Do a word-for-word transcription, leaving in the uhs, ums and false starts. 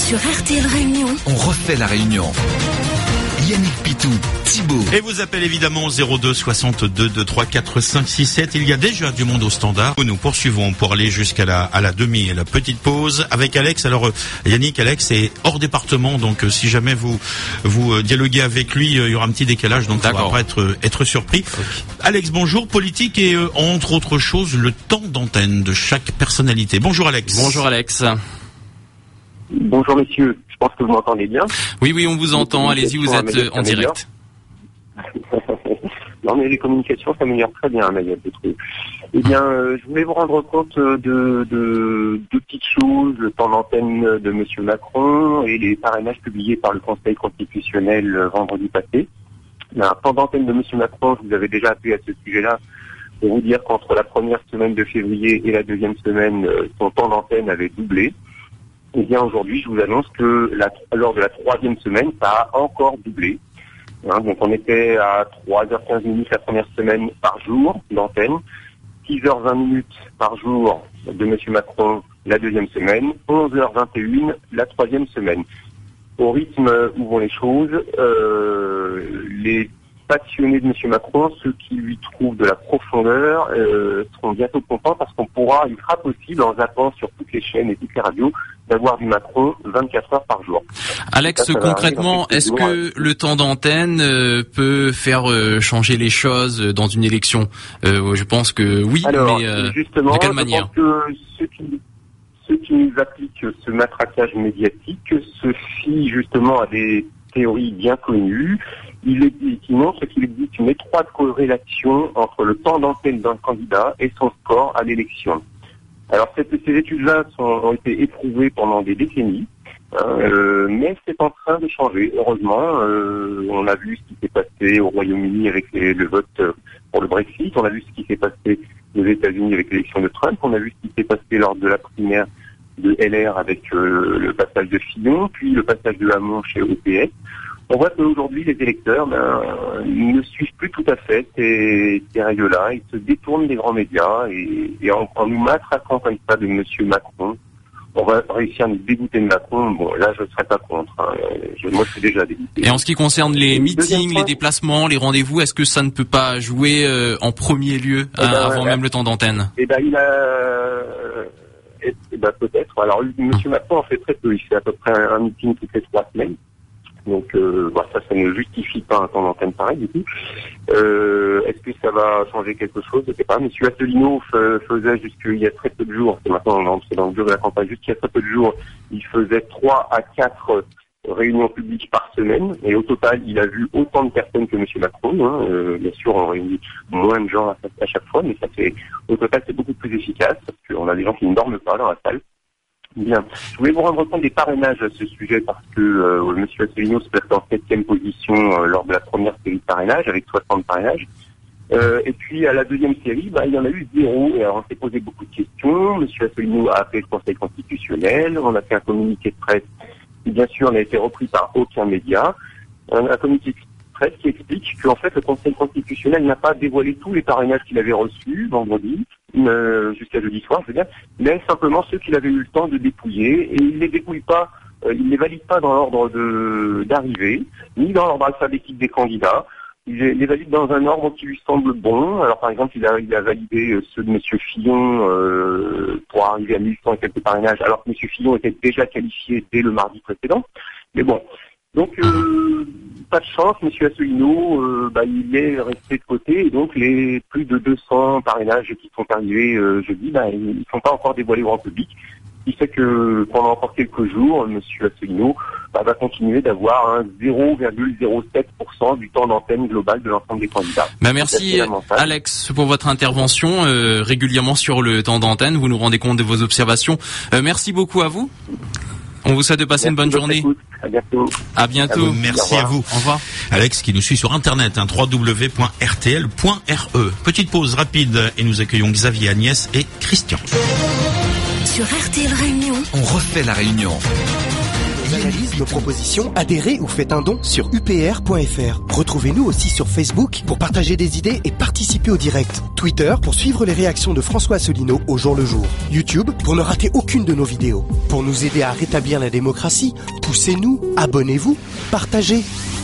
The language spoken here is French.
Sur R T L Réunion, on refait la réunion. Yannick Pitou, Thibaut. Et vous appelez évidemment au zéro deux soixante-deux deux trois quatre cinq six sept. Il y a déjà du monde au standard. Nous poursuivons pour aller jusqu'à la, à la demi et la petite pause avec Alex. Alors Yannick, Alex est hors département, donc si jamais vous vous dialoguez avec lui, il y aura un petit décalage, donc ça va pas être être surpris. Okay. Alex, bonjour. Politique et euh, entre autres choses, le temps d'antenne de chaque personnalité. Bonjour Alex. Bonjour Alex. Bonjour messieurs, je pense que vous m'entendez bien. Oui, oui, on vous entend, allez-y, vous êtes en direct. Non mais les communications s'améliorent très bien, Mayette, je trouve. Eh bien, euh, je voulais vous rendre compte de deux de, de petites choses, le temps d'antenne de Monsieur Macron et les parrainages publiés par le Conseil constitutionnel vendredi passé. Le temps d'antenne de Monsieur Macron, je vous avais déjà appuyé à ce sujet-là pour vous dire qu'entre la première semaine de février et la deuxième semaine, son temps d'antenne avait doublé. Eh bien, aujourd'hui, je vous annonce que la, lors de la troisième semaine, ça a encore doublé. Hein, donc, on était à trois heures quinze minutes la première semaine par jour d'antenne, six heures vingt minutes par jour de Monsieur Macron la deuxième semaine, onze heures vingt et une la troisième semaine. Au rythme où vont les choses, euh, les passionnés de Monsieur Macron, ceux qui lui trouvent de la profondeur, euh, seront bientôt contents parce qu'on pourra, il sera possible en zappant sur toutes les chaînes et toutes les radios d'avoir du Macron vingt-quatre heures par jour. Alex, ça, ça concrètement, est-ce que le temps d'antenne euh, peut faire euh, changer les choses dans une élection ? euh, Je pense que oui, Alors, mais euh, justement, de quelle je manière ? pense que ceux qui, ceux qui nous appliquent ce matraquage médiatique se fient justement à des théories bien connues. Il est, qui montre qu'il existe une étroite corrélation entre le temps d'antenne d'un candidat et son score à l'élection. Alors cette, ces études-là sont, ont été éprouvées pendant des décennies, euh, mais c'est en train de changer. Heureusement, euh, on a vu ce qui s'est passé au Royaume-Uni avec les, le vote pour le Brexit, on a vu ce qui s'est passé aux États-Unis avec l'élection de Trump, on a vu ce qui s'est passé lors de la primaire de L R avec euh, le passage de Fillon, puis le passage de Hamon chez O P S. On voit qu'aujourd'hui, les électeurs ben, ne suivent plus tout à fait ces, ces règles-là. Ils se détournent des grands médias et, et en, en nous matraquant comme ça de Monsieur Macron, on va réussir à nous dégoûter de Macron. Bon, là, je ne serais pas contre. Hein. Je, moi, je suis déjà dégoûté. Et en ce qui concerne les meetings, les déplacements, les rendez-vous, est-ce que ça ne peut pas jouer euh, en premier lieu eh ben, avant ouais, même le temps d'antenne ? Eh ben, il a... Eh, eh ben, peut-être. Alors, Monsieur Macron en fait très peu. Il fait à peu près un, un meeting toutes les trois semaines. Donc euh, bah, ça, ça ne justifie pas un temps d'antenne pareil du coup. Euh, est-ce que ça va changer quelque chose ? Je ne sais pas. Monsieur Asselineau f- faisait jusqu'il y a très peu de jours, c'est maintenant on est entré dans le dur de la campagne, jusqu'il y a très peu de jours, il faisait trois à quatre réunions publiques par semaine. Et au total, il a vu autant de personnes que Monsieur Macron. Hein. Euh, bien sûr, on réunit moins de gens à, à chaque fois, mais ça fait au total c'est beaucoup plus efficace parce qu'on a des gens qui ne dorment pas dans la salle. Bien. Je voulais vous rendre compte des parrainages à ce sujet parce que euh, M. Asselineau se place en septième position euh, lors de la première série de parrainages avec soixante parrainages. Euh, et puis à la deuxième série, bah, il y en a eu zéro. Et alors on s'est posé beaucoup de questions. M. Asselineau a appelé le Conseil constitutionnel. On a fait un communiqué de presse qui bien sûr n'a été repris par aucun média. Un, un communiqué de presse qui explique qu'en fait le Conseil constitutionnel n'a pas dévoilé tous les parrainages qu'il avait reçus vendredi. Euh, jusqu'à jeudi soir, je veux dire, mais simplement ceux qu'il avait eu le temps de dépouiller, et il les dépouille pas, euh, il les valide pas dans l'ordre de d'arrivée, ni dans l'ordre alphabétique des candidats. Il les, les valide dans un ordre qui lui semble bon. Alors par exemple, il a, il a validé ceux de Monsieur Fillon euh, pour arriver à mille cent et quelques parrainages, alors que Monsieur Fillon était déjà qualifié dès le mardi précédent. Mais bon, donc euh, pas de chance, Monsieur Asselineau, euh, bah, il est resté de côté, et donc les plus de deux cents parrainages qui sont arrivés euh, jeudi, bah, ils ne sont pas encore dévoilés au grand public. Ce qui fait que pendant encore quelques jours, Monsieur Asselineau bah, va continuer d'avoir un zéro virgule zéro sept pour cent du temps d'antenne global de l'ensemble des candidats. Bah merci Alex pour votre intervention euh, régulièrement sur le temps d'antenne. Vous nous rendez compte de vos observations. Euh, merci beaucoup à vous. On vous souhaite de passer Merci une bonne journée. Écoute. À bientôt. À bientôt. À Merci à vous. Au revoir. Alex qui nous suit sur internet, hein, w w w point r t l point r e. Petite pause rapide et nous accueillons Xavier, Agnès et Christian. Sur R T L Réunion, on refait la réunion. analyses, nos propositions, adhérez ou faites un don sur U P R point F R. Retrouvez-nous aussi sur Facebook pour partager des idées et participer au direct. Twitter pour suivre les réactions de François Asselineau au jour le jour. YouTube pour ne rater aucune de nos vidéos. Pour nous aider à rétablir la démocratie, poussez-nous, abonnez-vous, partagez.